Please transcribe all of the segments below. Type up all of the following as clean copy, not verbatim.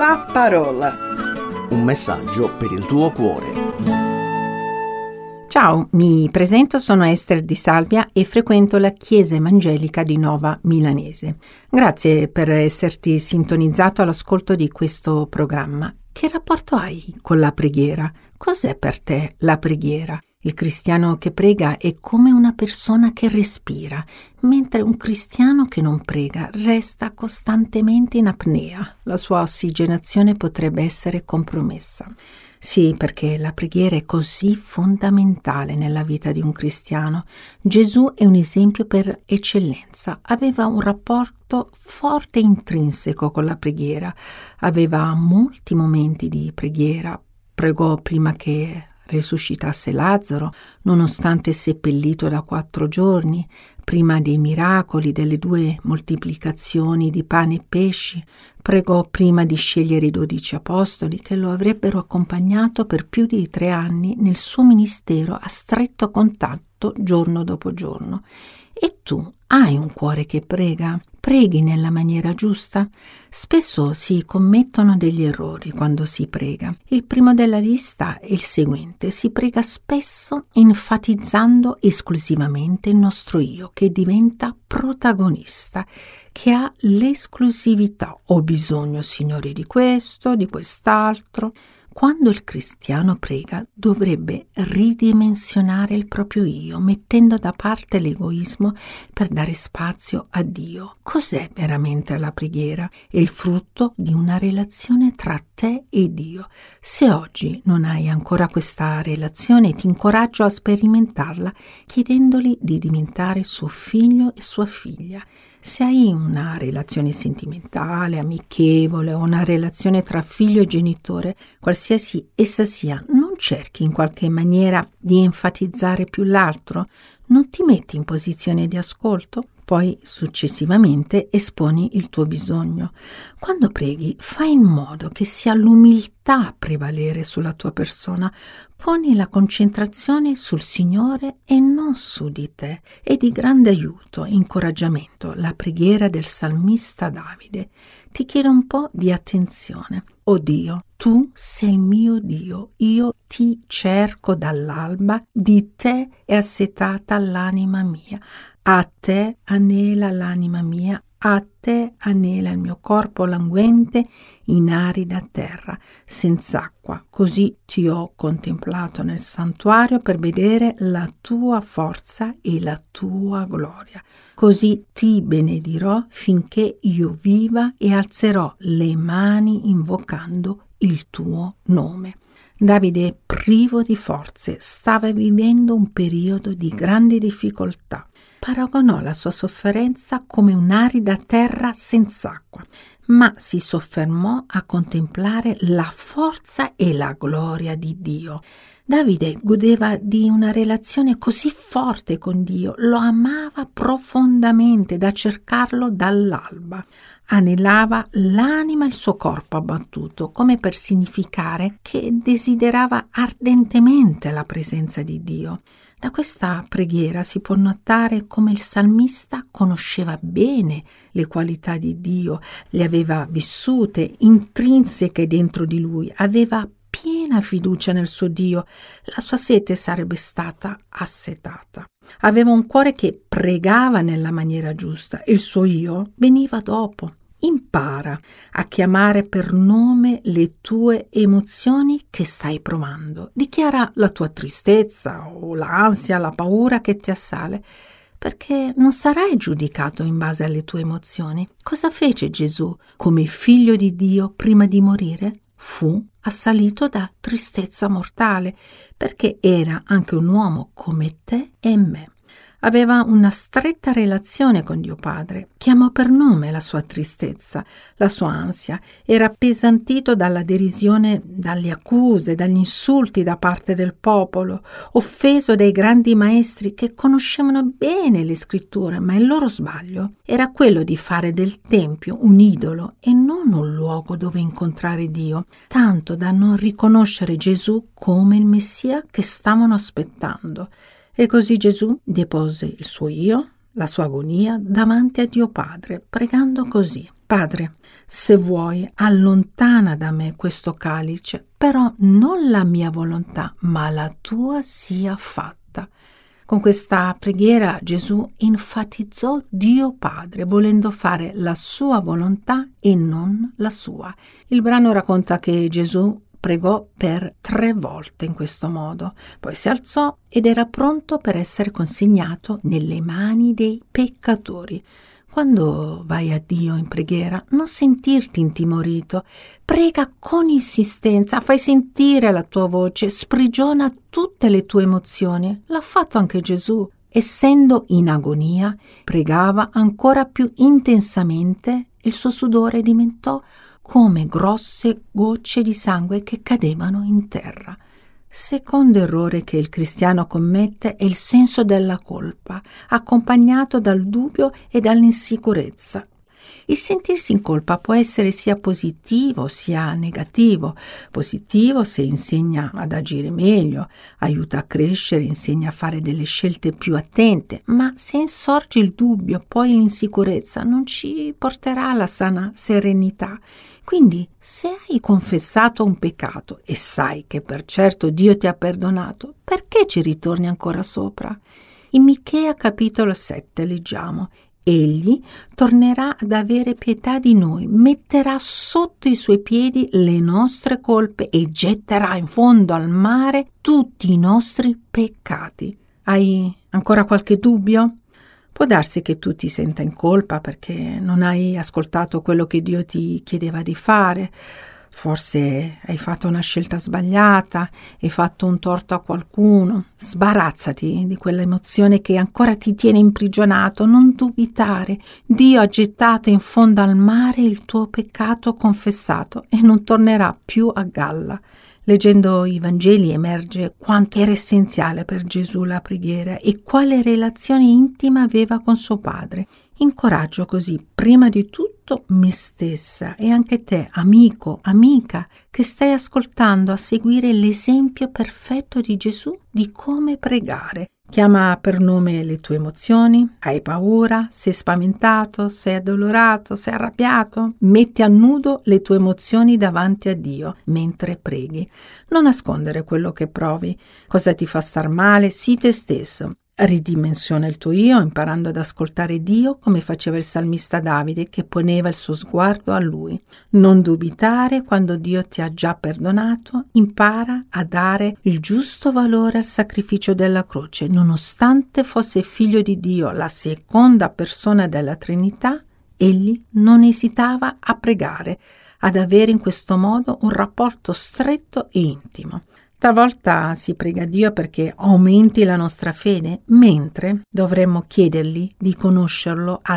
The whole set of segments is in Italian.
la parola. Un messaggio per il tuo cuore. Ciao, mi presento, sono Ester Di Salvia e frequento la Chiesa Evangelica di Nova Milanese. Grazie per esserti sintonizzato all'ascolto di questo programma. Che rapporto hai con la preghiera? Cos'è per te la preghiera? Il cristiano che prega è come una persona che respira, mentre un cristiano che non prega resta costantemente in apnea. La sua ossigenazione potrebbe essere compromessa. Sì, perché la preghiera è così fondamentale nella vita di un cristiano. Gesù è un esempio per eccellenza. Aveva un rapporto forte e intrinseco con la preghiera. Aveva molti momenti di preghiera. Pregò prima che risuscitasse Lazzaro, nonostante seppellito da 4 giorni, prima dei miracoli, delle 2 moltiplicazioni di pane e pesci. Pregò prima di scegliere i 12 apostoli che lo avrebbero accompagnato per più di 3 anni nel suo ministero a stretto contatto giorno dopo giorno. E tu hai un cuore che prega? Preghi nella maniera giusta? Spesso si commettono degli errori quando si prega. Il primo della lista è il seguente: si prega spesso enfatizzando esclusivamente il nostro io, che diventa protagonista, che ha l'esclusività. Ho bisogno, Signore, di questo, di quest'altro. Quando il cristiano prega dovrebbe ridimensionare il proprio io, mettendo da parte l'egoismo per dare spazio a Dio. Cos'è veramente la preghiera? È il frutto di una relazione tra te e Dio. Se oggi non hai ancora questa relazione, ti incoraggio a sperimentarla chiedendogli di diventare suo figlio e sua figlia. Se hai una relazione sentimentale, amichevole o una relazione tra figlio e genitore, qualsiasi essa sia, non cerchi in qualche maniera di enfatizzare più l'altro? Non ti metti in posizione di ascolto? Poi successivamente esponi il tuo bisogno. Quando preghi, fai in modo che sia l'umiltà a prevalere sulla tua persona. Poni la concentrazione sul Signore e non su di te. È di grande aiuto e incoraggiamento la preghiera del salmista Davide. Ti chiedo un po' di attenzione. O Dio, tu sei il mio Dio, io ti cerco dall'alba, di te è assetata l'anima mia. A te anela l'anima mia, a te anela il mio corpo languente in arida terra, senza acqua. Così ti ho contemplato nel santuario per vedere la tua forza e la tua gloria. Così ti benedirò finché io viva e alzerò le mani invocando il tuo nome. Davide, privo di forze, stava vivendo un periodo di grandi difficoltà. Paragonò la sua sofferenza come un'arida terra senza acqua, ma si soffermò a contemplare la forza e la gloria di Dio. Davide godeva di una relazione così forte con Dio, lo amava profondamente da cercarlo dall'alba. Anelava l'anima e il suo corpo abbattuto, come per significare che desiderava ardentemente la presenza di Dio. Da questa preghiera si può notare come il salmista conosceva bene le qualità di Dio, le aveva vissute, intrinseche dentro di lui, aveva piena fiducia nel suo Dio, la sua sete sarebbe stata assetata. Aveva un cuore che pregava nella maniera giusta e il suo io veniva dopo. Impara a chiamare per nome le tue emozioni che stai provando. Dichiara la tua tristezza o l'ansia, la paura che ti assale, perché non sarai giudicato in base alle tue emozioni. Cosa fece Gesù come figlio di Dio prima di morire? Fu assalito da tristezza mortale, perché era anche un uomo come te e me. Aveva una stretta relazione con Dio Padre, chiamò per nome la sua tristezza, la sua ansia, era appesantito dalla derisione, dalle accuse, dagli insulti da parte del popolo, offeso dai grandi maestri che conoscevano bene le scritture, ma il loro sbaglio era quello di fare del Tempio un idolo e non un luogo dove incontrare Dio, tanto da non riconoscere Gesù come il Messia che stavano aspettando. E così Gesù depose il suo io, la sua agonia, davanti a Dio Padre, pregando così: Padre, se vuoi, allontana da me questo calice, però non la mia volontà, ma la tua sia fatta. Con questa preghiera Gesù enfatizzò Dio Padre, volendo fare la sua volontà e non la sua. Il brano racconta che Gesù pregò per 3 volte in questo modo, poi si alzò ed era pronto per essere consegnato nelle mani dei peccatori. Quando vai a Dio in preghiera, non sentirti intimorito, prega con insistenza, fai sentire la tua voce, sprigiona tutte le tue emozioni. L'ha fatto anche Gesù. Essendo in agonia, pregava ancora più intensamente e il suo sudore diventò come grosse gocce di sangue che cadevano in terra. Secondo errore che il cristiano commette è il senso della colpa, accompagnato dal dubbio e dall'insicurezza. Il sentirsi in colpa può essere sia positivo sia negativo. Positivo se insegna ad agire meglio, aiuta a crescere, insegna a fare delle scelte più attente, ma se insorge il dubbio, poi l'insicurezza, non ci porterà alla sana serenità. Quindi, se hai confessato un peccato e sai che per certo Dio ti ha perdonato, perché ci ritorni ancora sopra? In Michea capitolo 7 leggiamo: Egli tornerà ad avere pietà di noi, metterà sotto i suoi piedi le nostre colpe e getterà in fondo al mare tutti i nostri peccati. Hai ancora qualche dubbio? Può darsi che tu ti senta in colpa perché non hai ascoltato quello che Dio ti chiedeva di fare. Forse hai fatto una scelta sbagliata, hai fatto un torto a qualcuno. Sbarazzati di quell'emozione che ancora ti tiene imprigionato. Non dubitare. Dio ha gettato in fondo al mare il tuo peccato confessato e non tornerà più a galla. Leggendo i Vangeli emerge quanto era essenziale per Gesù la preghiera e quale relazione intima aveva con suo Padre. Incoraggio così, prima di tutto, me stessa e anche te, amico, amica, che stai ascoltando, a seguire l'esempio perfetto di Gesù di come pregare. Chiama per nome le tue emozioni. Hai paura? Sei spaventato? Sei addolorato? Sei arrabbiato? Metti a nudo le tue emozioni davanti a Dio mentre preghi. Non nascondere quello che provi. Cosa ti fa star male? Sii te stesso. Ridimensiona il tuo io imparando ad ascoltare Dio come faceva il salmista Davide, che poneva il suo sguardo a Lui. Non dubitare quando Dio ti ha già perdonato, impara a dare il giusto valore al sacrificio della croce. Nonostante fosse figlio di Dio, la seconda persona della Trinità, egli non esitava a pregare, ad avere in questo modo un rapporto stretto e intimo. Talvolta si prega Dio perché aumenti la nostra fede, mentre dovremmo chiedergli di conoscerlo a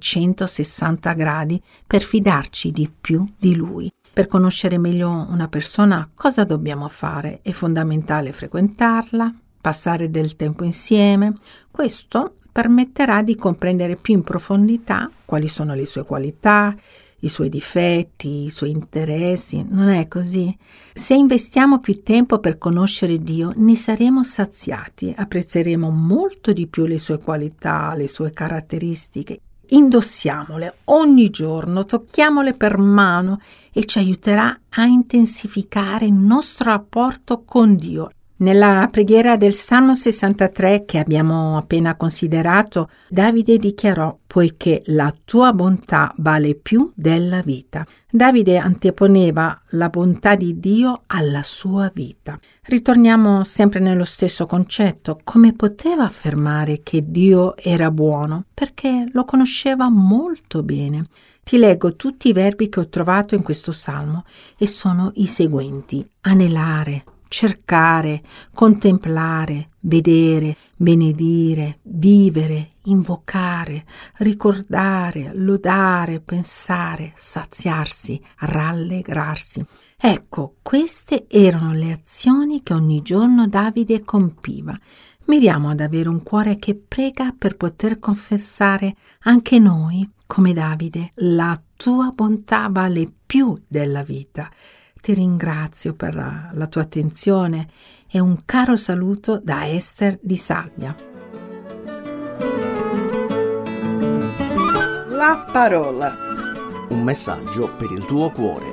360 gradi per fidarci di più di Lui. Per conoscere meglio una persona, cosa dobbiamo fare? È fondamentale frequentarla, passare del tempo insieme. Questo permetterà di comprendere più in profondità quali sono le sue qualità, i suoi difetti, i suoi interessi. Non è così? Se investiamo più tempo per conoscere Dio, ne saremo saziati, apprezzeremo molto di più le sue qualità, le sue caratteristiche. Indossiamole ogni giorno, tocchiamole per mano e ci aiuterà a intensificare il nostro rapporto con Dio. Nella preghiera del Salmo 63 che abbiamo appena considerato, Davide dichiarò: poiché la tua bontà vale più della vita. Davide anteponeva la bontà di Dio alla sua vita. Ritorniamo sempre nello stesso concetto. Come poteva affermare che Dio era buono? Perché lo conosceva molto bene. Ti leggo tutti i verbi che ho trovato in questo Salmo e sono i seguenti: anelare, cercare, contemplare, vedere, benedire, vivere, invocare, ricordare, lodare, pensare, saziarsi, rallegrarsi. Ecco, queste erano le azioni che ogni giorno Davide compiva. Miriamo ad avere un cuore che prega per poter confessare anche noi, come Davide: la tua bontà vale più della vita. Ti ringrazio per la tua attenzione e un caro saluto da Ester di Salvia. La parola. un messaggio per il tuo cuore.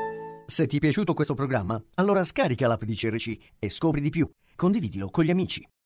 Se ti è piaciuto questo programma, allora scarica l'app di CRC e scopri di più. Condividilo con gli amici.